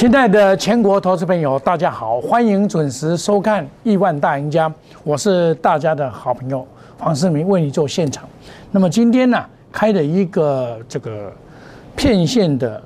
亲爱的全国投资朋友，大家好，欢迎准时收看《亿万大赢家》，我是大家的好朋友黄世明，为你做现场。那么今天呢，开了一个片线的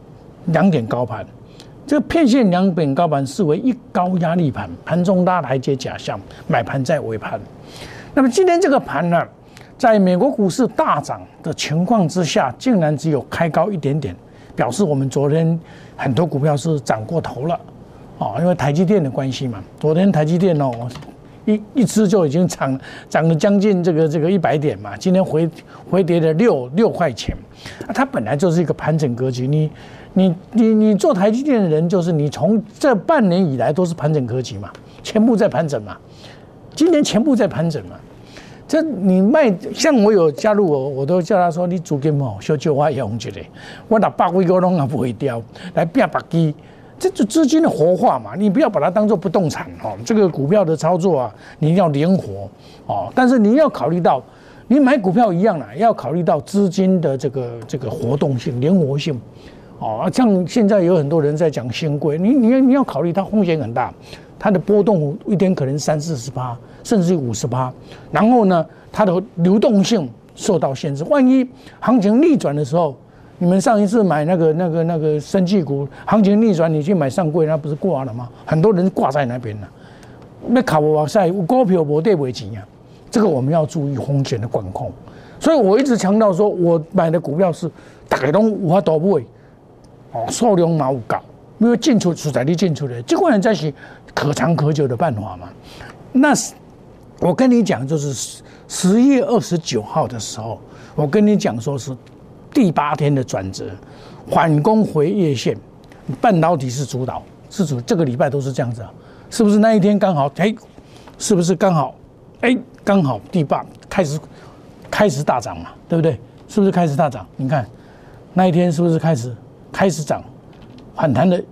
2点高盘，这个片线2点高盘视为一高压力盘，盘中拉台阶假象，买盘在尾盘。那么今天这个盘呢，在美国股市大涨的情况之下，竟然只有开高一点点，表示我们昨天很多股票是涨过头了，因为台积电的关系嘛。昨天台积电一支就已经涨了将近这个100点嘛，今天回跌了6块钱，它本来就是一个盘整格局。你做台积电的人，就是你从这半年以来都是盘整格局嘛，全部在盘整嘛，今年全部在盘整嘛。这你卖，像我有加入我都叫他说，你资金小借我用一下，我600几个拢也不会掉，来变白鸡，这就资金的活化嘛。你不要把它当做不动产这个股票的操作啊，你一定要灵活但是你要考虑到，你买股票一样啦，要考虑到资金的这个活动性、灵活性像现在有很多人在讲新贵，你要考虑它风险很大。它的波动一天可能30-40%，甚至于50%，然后呢，它的流动性受到限制。万一行情逆转的时候，你们上一次买那个生技股，行情逆转，你去买上柜，那不是挂了吗？很多人挂在那边了，那卡不往赛，股票没跌没钱啊。这个我们要注意风险的管控。所以我一直强调说，我买的股票是大家都无法多买，数量嘛有够。因为进出实在你进出的，这个人才是可长可久的办法嘛。那我跟你讲，就是10月29号的时候，我跟你讲说是第8天的转折，反攻回月线，半导体是主导，这个礼拜都是这样子啊，是不是那一天刚好？是不是刚好？刚好第8开始大涨嘛，对不对？是不是开始大涨？你看那一天是不是开始涨？反弹的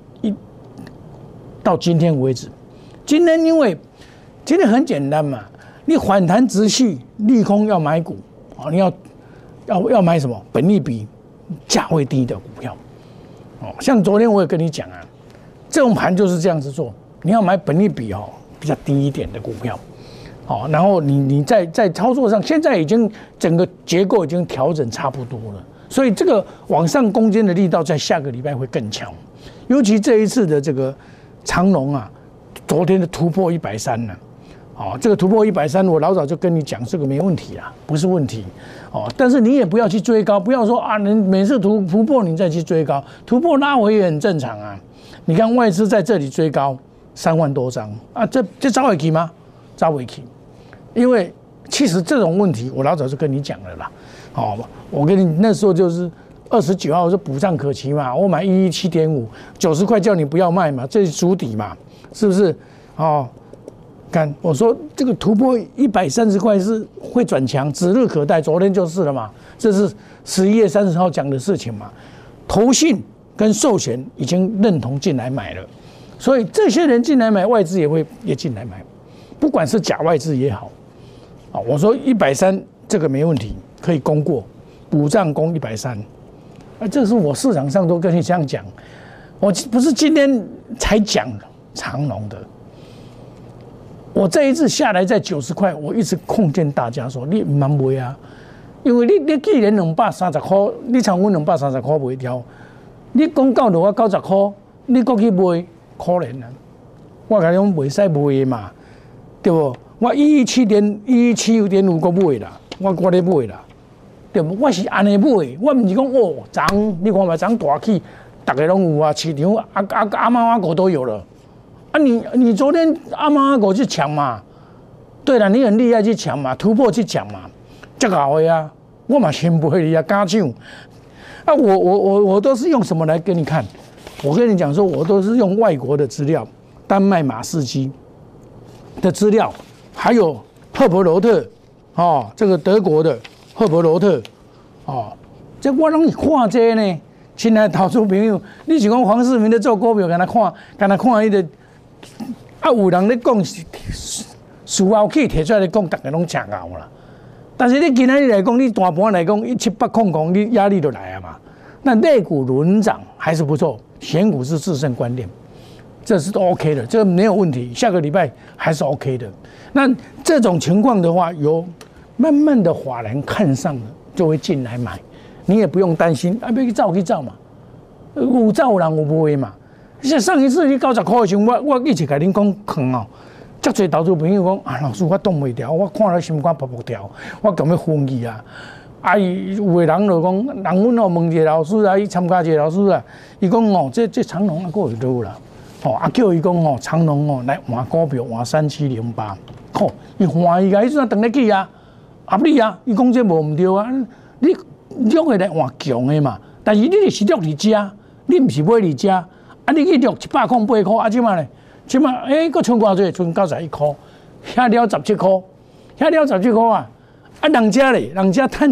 到今天为止，今天因为今天很简单嘛，你反弹直续利空要买股你要买什么？本益比价位低的股票像昨天我也跟你讲啊，这种盘就是这样子做，你要买本益比比较低一点的股票然后你在操作上，现在已经整个结构已经调整差不多了。所以这个往上攻坚的力道在下个礼拜会更强，尤其这一次的这个长荣啊，昨天的突破130呢，这个突破130，我老早就跟你讲，这个没问题啦，不是问题但是你也不要去追高，不要说你每次突破你再去追高，突破拉回也很正常啊。你看外资在这里追高3万多张这招得起吗？招不起，因为其实这种问题我老早就跟你讲了啦。我跟你那时候就是29号说补涨可期嘛，我买117.5，90块叫你不要卖嘛，这是主底嘛，是不是？看我说这个突破130块是会转强，指日可待，昨天就是了嘛，这是11月30号讲的事情嘛。投信跟寿险已经认同进来买了，所以这些人进来买，外资也进来买，不管是假外资也好，我说130这个没问题。可以攻过，补涨攻130，这是我市场上都跟你这样讲，我不是今天才讲长荣的，我这一次下来在90块，我一直控劝大家说，你不能买啊，因为你既然230块，你像我230块卖掉，你讲到我90块，你过去卖，可怜啊，我跟你讲袂使卖嘛，对不？我117.5个买啦，我咧买啦。对不？我是安尼买，我不是讲涨，你看嘛，涨大起，大家拢有啊，市场阿猫阿狗都有了。你昨天阿猫阿狗去抢嘛？对了，你很厉害去抢嘛，突破去抢嘛，这个好呀，我嘛先不会你啊，敢抢我都是用什么来给你看？我跟你讲说，我都是用外国的资料，丹麦马士基的资料，还有赫伯罗特这个德国的。赫伯罗特，这我拢是看这呢。亲爱的投资朋友，你是讲黄世明在做股票，跟他看迄个有人咧讲事后起提出来咧讲，大家拢吃熬啦。但是你今天来讲，你大盘来讲，1700空，你压力就来了嘛。那类股轮涨还是不错， 选股是制胜关键，这是都 OK 的，这个没有问题。下个礼拜还是 OK 的。那这种情况的话，有慢慢的法人看上了，就会进来买，你也不用担心啊，别去造嘛，有造人有卖嘛。像上一次你90块的时候，我一直跟恁讲坑哦，遮侪投资朋友讲啊，老师我挡袂掉，我看了心肝噗噗跳，我咁要昏去啊！啊，有的人就讲，人阮哦问一个老师啊，伊参加一个老师啊，伊讲哦，这长隆啊，够会多啦，吼啊叫伊讲哦，长隆哦来换股票换3708，吼，伊换伊个，伊阵等得去啊，合理啊，伊讲这无毋对啊，你约会来换强的嘛，但是你是约伫遮，你毋是买伫遮。啊！你去约108块，啊，即马咧，即马佫剩偌济？剩91块，遐了17块，遐了17块啊！啊，人家咧，人家趁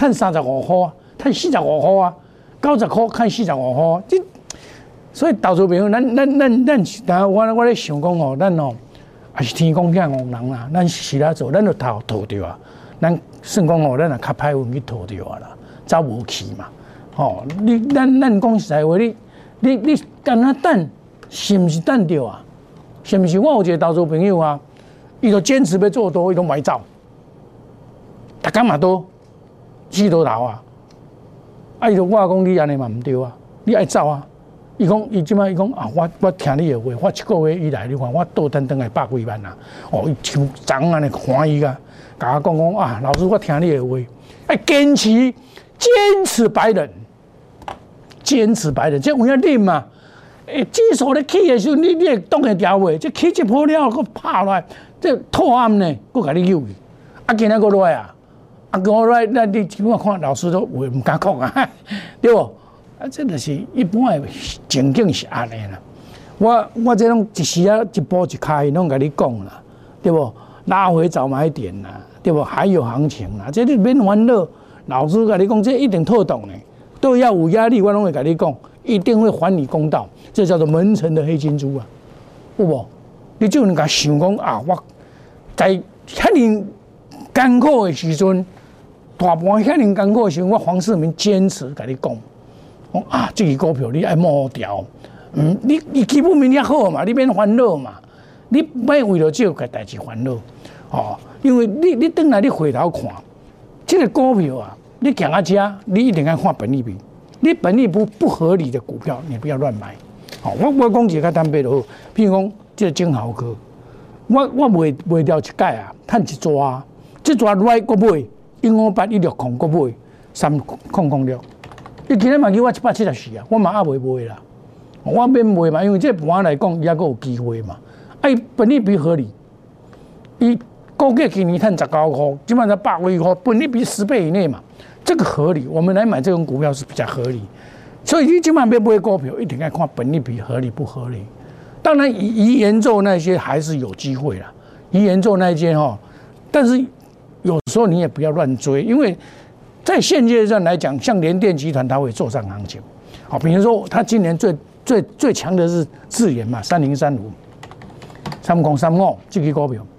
35块啊，趁45块啊，90块趁45块，这所以投资朋友，咱我咧想讲哦，咱哦也是天公囝戇人啦，咱是啦做，咱就套着啊，咱算讲哦，咱也较歹运去套着啊啦，走无去嘛，吼，咱讲实在话，你干那等，是毋是等着啊？是毋是？我有一个投资朋友啊，伊就坚持要做多，伊都买走，逐工嘛多，4多头啊！啊，伊就我讲你安尼嘛毋对啊，你爱走啊！伊讲伊即摆伊讲啊，我听你的话，我1个月以来你看我倒腾来100几万啊！哦，伊像昨安尼欢喜啊，甲我讲啊，老师我听你的话，爱坚持白忍。坚持白忍，这有影忍嘛？指数咧起的时候，你会挡会掉袂？这起一波了，佮拍落来，这套暗呢，佮甲你扭去。啊，今仔佮落来啊，啊，佮落来，那你基本看老师都话唔敢讲啊，对不？啊，这就是一般的情景是安尼啦。我这种一时啊一波一开，拢甲你讲啦，对不？拉回早买点啦，对不？还有行情啦，这你免烦恼。老师甲你讲，这一定透动的。都要有压力，我拢会跟你讲，一定会还你公道。这叫做门城的黑金猪啊，有无？你就能够想讲啊，我在遐尼艰苦的时阵，大盘遐尼艰苦的时阵，我黄世明坚持跟你讲，啊，这个股票你爱摸掉，你基本面也好嘛，你免烦恼嘛，你别为了这个代志烦恼，哦，因为你等来你回头看，这个股票啊。你行到这，你一定要看本益比。你本益不合理的股票，你不要乱买。好，我讲一个较单白就好。譬如讲，这个金豪科，我卖掉一盖啊，趁一抓啊，这抓来我买15816我买300，伊今日嘛叫我174啊，我嘛也未卖啦。我免卖嘛，因为这盘来讲，伊还阁有机会嘛。哎，本益比合理，伊估计今年趁19块，基本上100几块，本益比10倍以内嘛。这个合理，我们来买这种股票是比较合理，所以你今晚要买股票，一定要看本益比合理不合理。当然，移研做那些还是有机会啦，移研做那些哈，但是有时候你也不要乱追，因为在现阶段来讲，像联电集团它会做上行情，好，比如说它今年最强的是智研嘛，3035这个股票，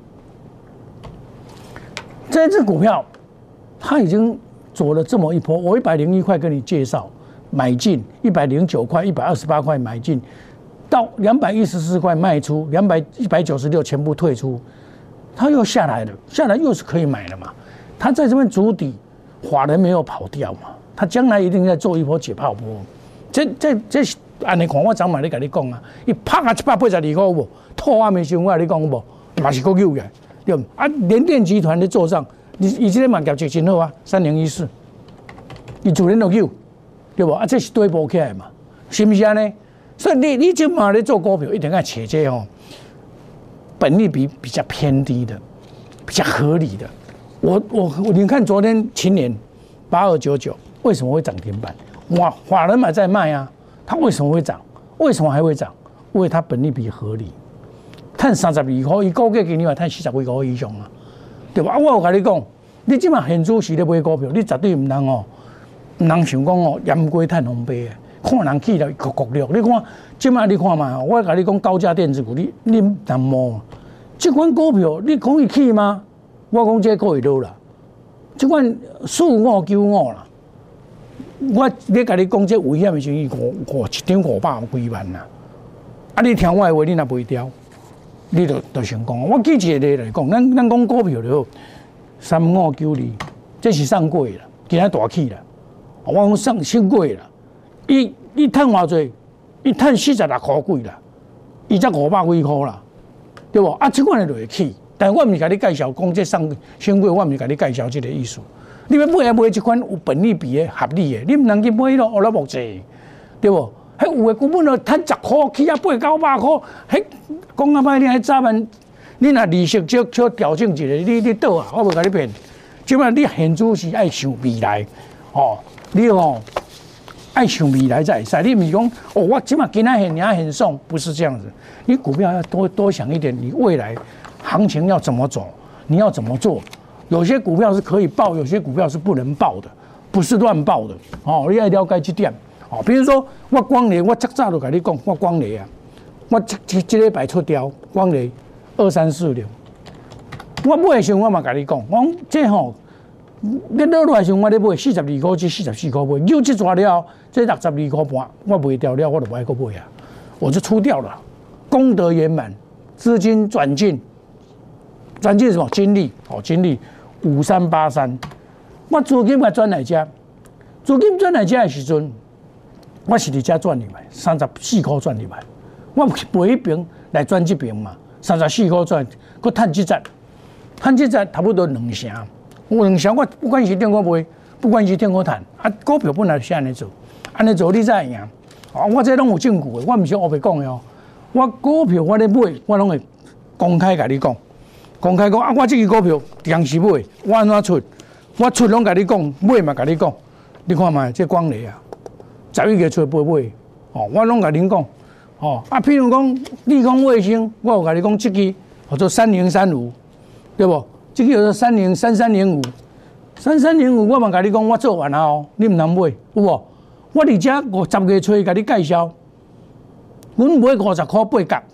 这支股票它已经走了这么一波，我101块跟你介绍买进，109块、128块买进，到214块卖出，196全部退出，它又下来了，下来又是可以买的嘛。它在这边筑底，法人没有跑掉嘛，它将来一定在做一波解泡波。这按你看，我昨晚咧跟你讲啊，伊拍啊182块无，套暗的时候我跟你讲无，嘛是够有的，对不？啊，联电集团咧做上。伊这个嘛业绩真好啊，3014，伊自然就有，对不？啊，这是对补起来嘛，是不是安尼？所以你今嘛咧做股票，一定要找这哦，本益比比较偏低的，比较合理的。你看昨天秦联8299为什么会涨停板？法人嘛在卖啊，它为什么会涨？为什么还会涨？因为它本益比合理，趁32块，伊估计今年嘛趁40几块以上啊。对吧？我有跟你讲，你即马现主时咧买股票，你绝对唔能哦，唔能想讲哦，盐龟趁红杯的，看人起来国力。你看，即马你看嘛，我跟你讲高价电子股，你唔能摸。这款股票你讲伊起吗？我讲这个会落啦。这款4595啦， 我要甲你讲，这危险的生意1.5几万呐。啊，你听我的话，你若袂调，你就成功。我举一个例来讲，咱讲股票就3592，这是上过啦，今仔大起啦。我讲升过啦，伊趁偌济？伊趁46块几啦，伊才500几块啦，对无？啊，即款的就会起。但我毋是甲你介绍讲这升过，我毋是甲你介绍这个意思。你要买一款有本利比的合理的，你毋能去买迄个乌拉木济，对无？迄有的根本就趁10块起啊8、900块，迄讲啊歹听，迄早晚你若利息小调整一下，你倒啊，我无甲你骗。即摆你现主是爱想未来，哦，你哦爱想未来才会使。你毋是讲哦，我即摆今仔现领很爽，不是这样子。你股票要多想一点，你未来行情要怎么走，你要怎么做？有些股票是可以报，有些股票是不能报的，不是乱报的。哦，你要了解这点。哦，比如说我光磊，我较早就甲你讲，我光磊啊，我这礼拜出掉光磊2346，我买的时候我嘛甲你讲，我讲这吼，你落来的时候我咧买42块至44块买，有这抓了，这62块半，我卖掉了，我就不爱搁买啊，我就出掉了，功德圆满，资金转进什么？金利，哦，金利5383，我资金嘛转来遮，资金转来遮的时阵。我是伫遮转入来，34块转入来，我赔迄边来转这边嘛，34块转，佮趁这节差不多2成，有2成我不管是点我卖，不管是点我趁，啊股票本来是安尼做，安尼做你才会赢。哦，我这拢有证据的，我毋是胡白讲的哦。我股票我咧买，我拢会公开甲你讲，啊，我这支股票当时买，我安怎出，我出拢甲你讲，买嘛甲你讲，你看嘛，这光磊啊。11月出买，哦，我拢甲恁讲，哦，啊，譬如讲立功卫星，我有甲你讲，这支叫做3035，对不？这支叫做3305，我嘛甲你讲，我做完了哦，你唔通买，有无？我伫遮10月初甲你介绍，阮买50块8角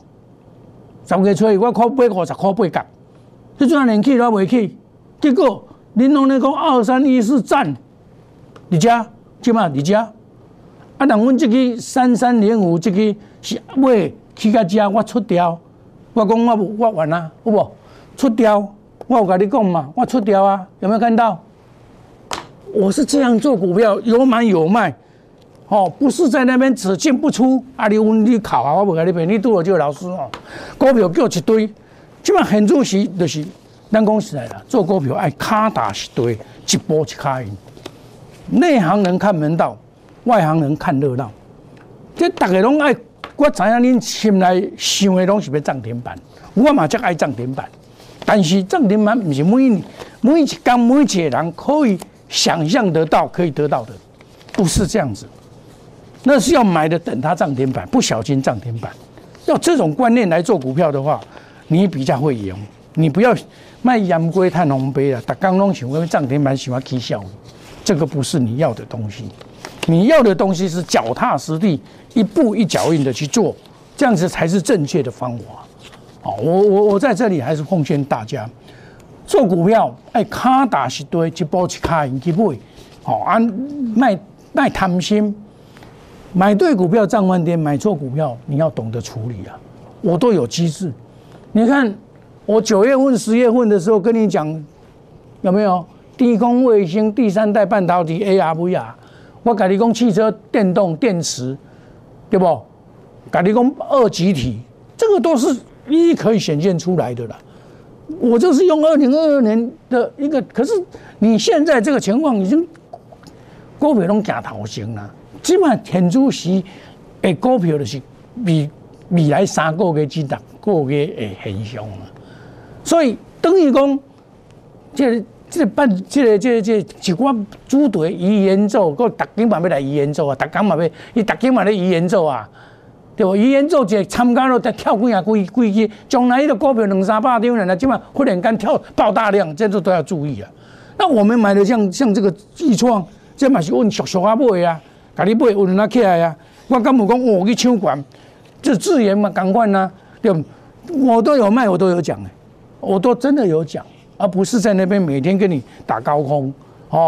，10月初我买50块8角，这阵连起都未起，结果恁拢咧讲2314战，伫遮，即马伫遮。啊，人阮这个3305，这个是买起到遮，我出掉，我讲我完啦，有无？出掉，我有跟你讲嘛，我出掉啊，有没有看到？我是这样做股票，有买有卖，哦，不是在那边只进不出。啊，你考啊，我无跟你骗，你拄到这个老师哦，股票叫一堆，即摆现主时就是咱讲实在啦，做股票爱卡打一堆，一波一卡赢，内行人看门道。外行人看热闹，这大家拢爱，我知影恁心内想的拢是要涨停板，我嘛则爱涨停板，但是涨停板不是每一天每一个人可以想象得到可以得到的，不是这样子，那是要买的等它涨停板，不小心涨停板，要这种观念来做股票的话，你比较会赢，你不要卖洋龟探红杯了，大家拢想要涨停板，想要起效，这个不是你要的东西。你要的东西是脚踏实地、一步一脚印的去做，这样子才是正确的方法。哦，我在这里还是奉劝大家，做股票爱卡打一堆，一步一卡赢去买。哦，卖贪心，买对股票涨翻天，买错股票你要懂得处理啊。我都有机制。你看，我9月份、10月份的时候跟你讲，有没有低空卫星、第3代半导体 AR、VR？我跟你讲，汽车电动电池，对不？跟你讲2极体，这个都是可以显现出来的啦。我就是用2022年的一个，可是你现在这个情况已经股票拢行头前啦，基本上现主时的股票就是未来3个月至6个月的现象啊。所以等于讲，这一寡主队移研奏，个逐间嘛要来移研奏啊，逐间嘛要，伊逐间嘛咧移研奏啊，对无？移研奏一个参加了，再跳几支，将来迄个股票200-300张人，即嘛忽然间跳爆大量，这都要注意啊。那我们买的像这个易创，这嘛是阮俗啊买啊，甲你买运哪起来啊？我敢有讲我去抢管，这自研嘛同款啊，对不？我都有卖，我都有讲我都真的有讲。而不是在那边每天跟你打高空哦，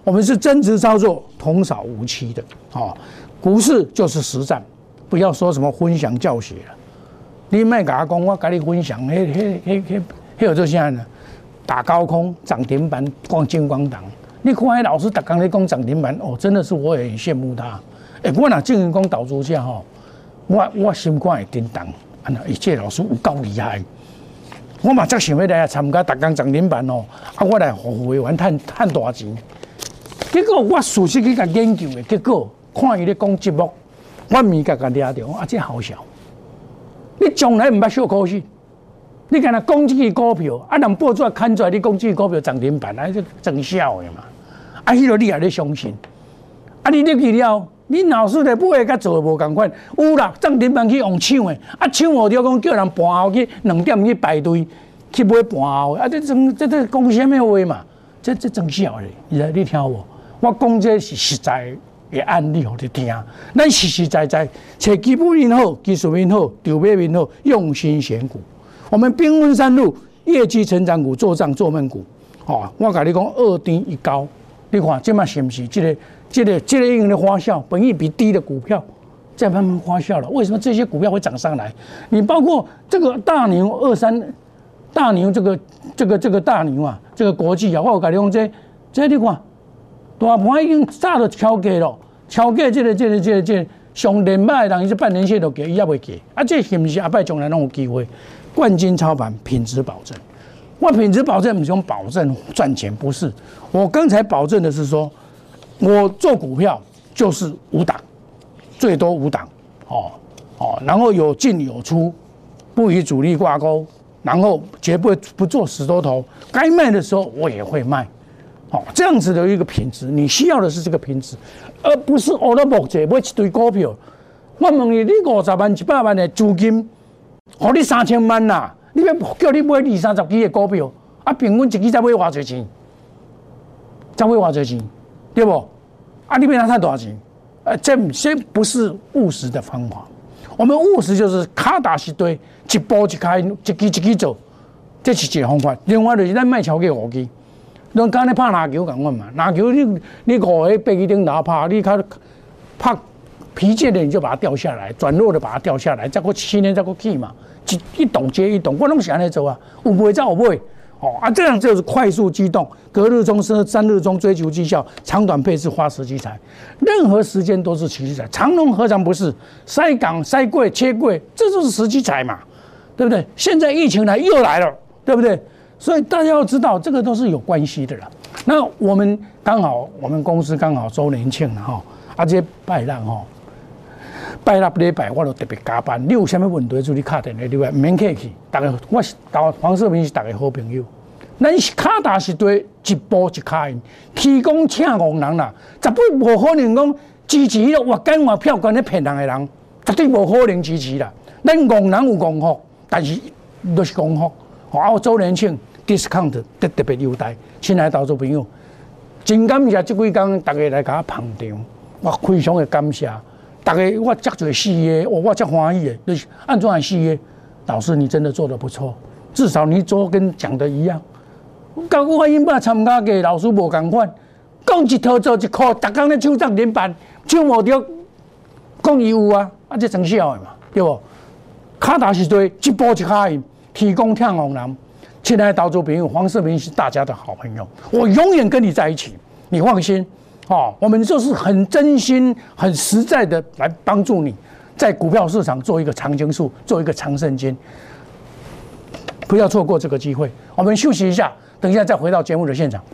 我们是真实操作，童叟无欺的。股市就是实战，不要说什么分享教学了。你莫甲我讲，我甲你分享，迄有做啥呢？打高空涨停板，光金光党。你看迄老师逐工咧讲涨停板，真的是我也很羡慕他。我若正讲投资者我心肝会叮当。这老师有够厉害。我嘛则想要来参加逐工涨停板我来互会员赚大钱。结果我事实去甲研究的，结果看伊咧讲节目，我咪甲掠着，这好笑。你从来唔捌小可惜，你敢若讲这支股票，人报纸看出来，你讲这支股票涨停板，这真笑的嘛。迄个你也咧相信，你入去了，你老师咧买甲做无共款，有啦，涨停板去用抢的，抢无着讲叫人盘后去2点去排队去买盘后，这讲什么话嘛？这真笑的，你听无？我讲这是实在的案例，互你听。咱实实在在找基本面好、技术面好、筹码面好，用心选股。我们兵分3路，业绩成长股、做账做闷股。我甲你讲2低1高，你看这嘛是不是这个已经在发酵？本益比低的股票在慢慢发酵了。为什么这些股票会涨上来？你包括这个大牛23，大牛这个大牛啊，这个国际啊，我有甲你讲这你看。大盘已经早就超价了，超价这个上连卖的人，伊是半年线都给，伊也未给。这是不是下摆将来拢有机会？冠军操盘，品质保证。我品质保证不是用保证赚钱，不是。我刚才保证的是说，我做股票就是5档，最多5档，然后有进有出，不与主力挂钩，然后绝不做死多头，该卖的时候我也会卖。这样子的一个品质，你需要的是这个品质，而不是我都目者买一堆股票。我问你，50万、100万的资金，给你3000万啦，你要叫你买20-30支的股票，平均一支才买偌济钱？才买偌济钱，对不？你要拿赚多少钱？这不是务实的方法。我们务实就是卡打一堆，一步一开，一支做，这是一个方法。另外就是咱卖超过5支。咱刚才拍篮球共款嘛，篮球你5个背一顶打拍，你看拍疲倦的你就把它掉下来，转弱的把它掉下来，再过7年再过去嘛，一动接一动，我拢是安尼做啊，有买才有买，这样就是快速机动，隔日冲3日冲追求绩效，长短配置花时机财，任何时间都是时机财，长龙何尝不是？塞港塞柜切柜，这就是时机财嘛，对不对？现在疫情又来了，对不对？所以大家要知道，这个都是有关系的啦。那我们刚好，我们公司刚好周年庆了这拜六拜六礼拜我都特别加班。你有啥物问题，就你打电话，你唔免客气。我是黄世明是大家好朋友。咱是卡打是对一步一卡印，提供请戆人啦，绝对无可能讲支持了我干我票根咧骗人的人，绝对无可能支持啦。咱戆人有戆福，但是都是戆福。周年庆 discount 特别优待，亲爱投资朋友，真感谢这几天大家来甲我捧场，我非常的感谢大家，我遮侪事业，我遮欢喜的，就是按怎样事业，老师你真的做得不错，至少你做跟讲的一样。甲我因捌参加嘅老师无共款，讲一套做一箍，逐工咧抢涨停板，抢无着，讲伊有啊，这真笑的嘛，对不？卡打是对一步一卡印。提供天虹人，亲爱的投资朋友，黄世明是大家的好朋友，我永远跟你在一起，你放心我们就是很真心、很实在的来帮助你，在股票市场做一个长青树，做一个长胜金，不要错过这个机会。我们休息一下，等一下再回到节目的现场。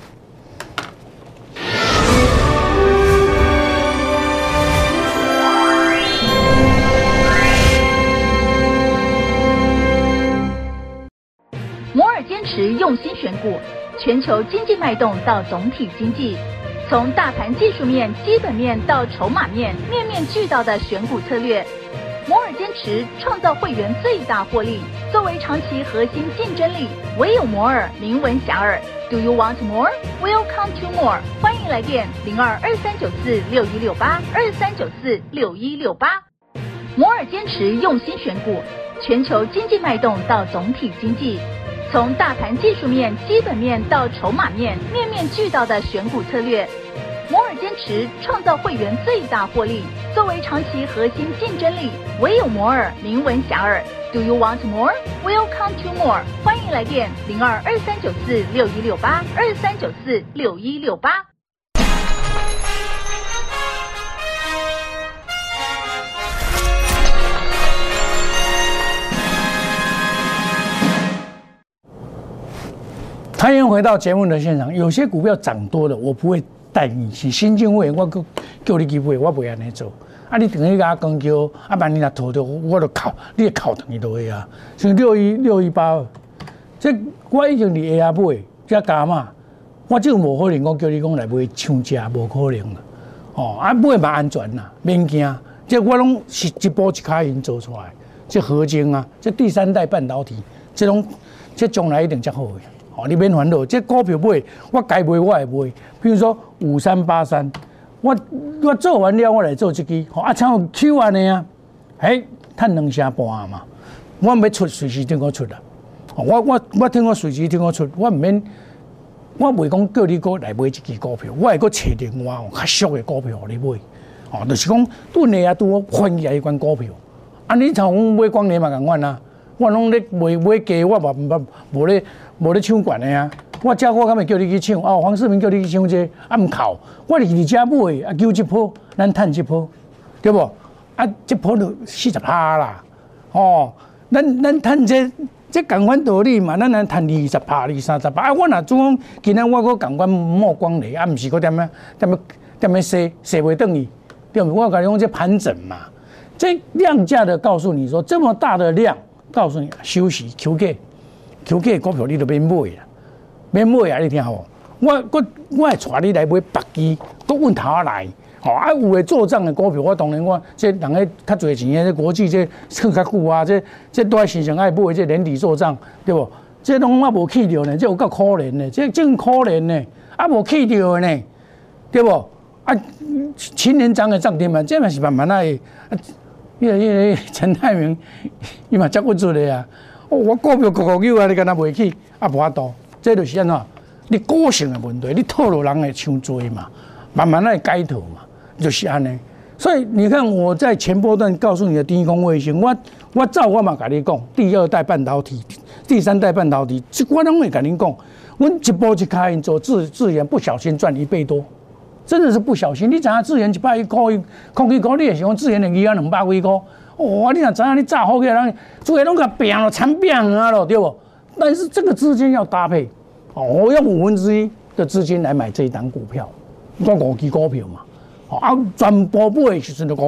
坚持用心选股，全球经济脉动到总体经济，从大盘技术面、基本面到筹码面，面面俱到的选股策略。摩尔坚持创造会员最大获利，作为长期核心竞争力，唯有摩尔名闻遐迩。Do you want more? Welcome to more。欢迎来电02-2394-6168，2394-6168。摩尔坚持用心选股，全球经济脉动到总体经济。从大盘技术面、基本面到筹码面，面面俱到的选股策略。 摩尔坚持创造会员最大获利，作为长期核心竞争力，唯有摩尔名闻遐迩。Do you want more? Welcome to more。欢迎来电02-2394-6168，2394-6168。 欢迎回到节目的现场。有些股票涨多了，我不会带你去。新进会我叫你去买，我不会安尼做。啊，你等于甲公叫，啊，万一若套着，我就扣，你扣等于落去啊。像6182，这我已经伫下买，才加码，我这无可能讲叫你讲来买抢价，无可能啦。哦，啊买嘛安全啦，免惊。这我拢是一步一卡因做出来，这合金啊，这第三代半导体，这将来一定较好的。哦，你免烦恼，这股票买，我该买我会买。比如说5383，我做完了，我来做这支，啊，像有 Q 安尼啊，赚2成半嘛。我要出随时听我出啦。我听我随时听我出，我唔免，我袂讲叫你过来买这支股票，我会搁找另外较俗的股票互你买。哦，就是讲顿下啊，拄好翻起来一款股票，啊，你像我买光年嘛共款啊，我拢咧买价，我嘛无咧抢悬的啊。我敢会叫你去抢？哦，黄世明叫你去抢这，啊唔靠，我是伫遮买，啊求一波，咱趁一波，对不？啊，这波就40%啦，哦，咱趁这共款道理嘛，咱能趁20%、30%。啊，我若总讲今仔我搁共款冒光咧，啊，唔是搁踮咧洗袂转去，对不？我甲你讲这盘整嘛，这量价的告诉你说这么大的量，告诉你休息求价股票你就免买啦。免买啊！你听好，我会带你来买别支，搁阮头仔来。哦，啊，有诶做账诶股票，我当然我这人诶较侪钱诶，这国际这算较久啊，这都系时常爱买这年底做账，对不？这拢我无去着呢，这有够可怜呢，这真可怜呢，啊无去着呢，对不？啊，青年涨诶涨停板，这嘛是慢慢来。啊，个陈泰明，伊嘛接不出的啊。我股票99啊，你敢若袂起，啊无法度。这就是安怎？你个性的问题，你套路人会伤多嘛，慢慢来改套嘛，就是安尼。所以你看我在前波段告诉你的低空卫星，我照我嘛跟你讲，第2代半导体、第3代半导体，这我拢会跟你讲。我一波一开做智研，不小心赚1倍多，真的是不小心。你知影智研100块，空气股你会想讲智研2啊200几块，哇！你若知影你炸好个人，做个拢甲拼了，惨拼啊咯，对不？但是这个资金要搭配，我用1/5的资金来买这一档股票，我5支股票嘛，啊，全部买的时阵就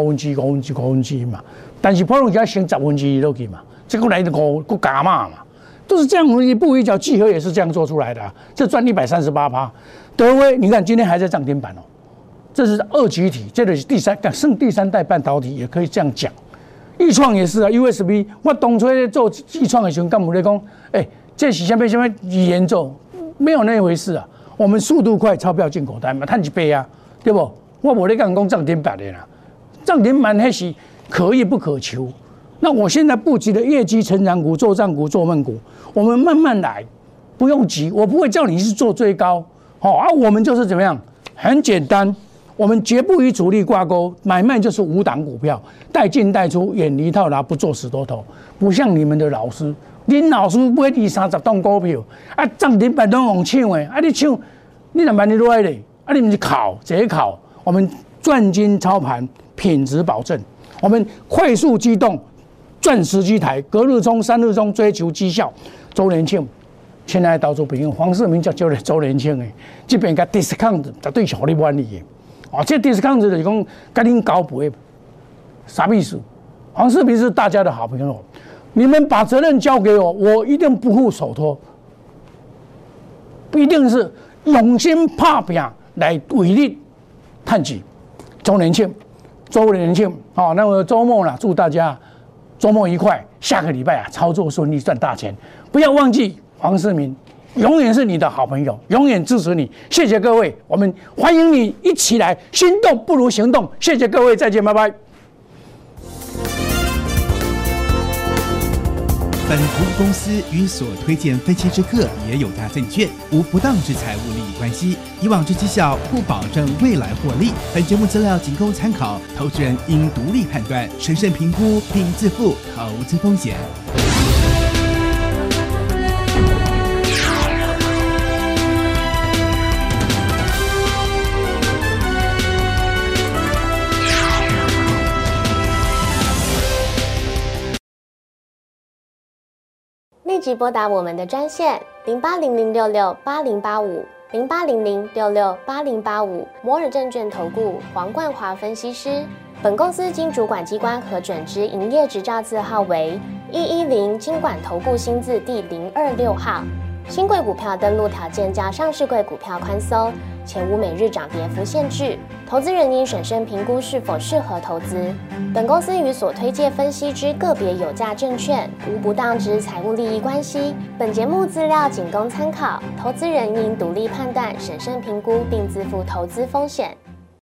5分之嘛，但是普通家升2/10落去嘛，这个来的5加码嘛，都是这样一步一脚，聚合也是这样做出来的、啊，这赚138%。德威，你看今天还在涨停板哦，这是2极体，这个是第三代半导体，也可以这样讲。裕创也是啊 ，USB， 我当初在做裕创的时候，干部在讲，这是什么语言做，没有那回事啊。我们速度快，钞票进口袋嘛，赚1倍啊，对不？我无咧讲涨停板的啦，涨停板那是可遇不可求。那我现在布局的业绩成长股、做账股、做梦股，我们慢慢来，不用急，我不会叫你去做最高，我们就是怎么样，很简单。我们绝不与主力挂钩，买卖就是5档股票，带进带出，远离套牢，不做死多头。不像你们的老师，恁老师买20-30档股票，啊涨停板都用抢的，啊你抢，你若万一落来咧，啊你不是考，直接考。我们赚金操盘，品质保证，我们快速机动，赚时机台，隔日冲、3日冲，追求绩效。周年庆，亲爱的投资朋友，黄世明才招来周年庆的，这边个 discount 绝对是互你满意的。这discount就是讲跟您高赔，啥意思？黄世明是大家的好朋友，你们把责任交给我，我一定不负手托，不一定是用心打拼来为你赚钱。周年庆，那么周末啦，祝大家周末愉快，下个礼拜啊操作顺利，赚大钱。不要忘记黄世明。永远是你的好朋友，永远支持你。谢谢各位，我们欢迎你一起来，心动不如行动。谢谢各位，再见，拜拜。 本投顾公司与所推荐分析之个别有价证券无不当之财务利益关系，以往之绩效不保证未来获利。本节目资料仅供参考，投资人应独立判断、审慎评估并自负投资风险。 立即拨打我们的专线08006680850800668085摩尔证券投顾黄冠华分析师。本公司经主管机关核准之营业执照字号为110金管投顾新字第026号。新贵股票登录条件较上市柜股票宽松，且无每日涨跌幅限制。投资人应审慎评估是否适合投资。本公司与所推介分析之个别有价证券无不当之财务利益关系。本节目资料仅供参考，投资人应独立判断、审慎评估并自负投资风险。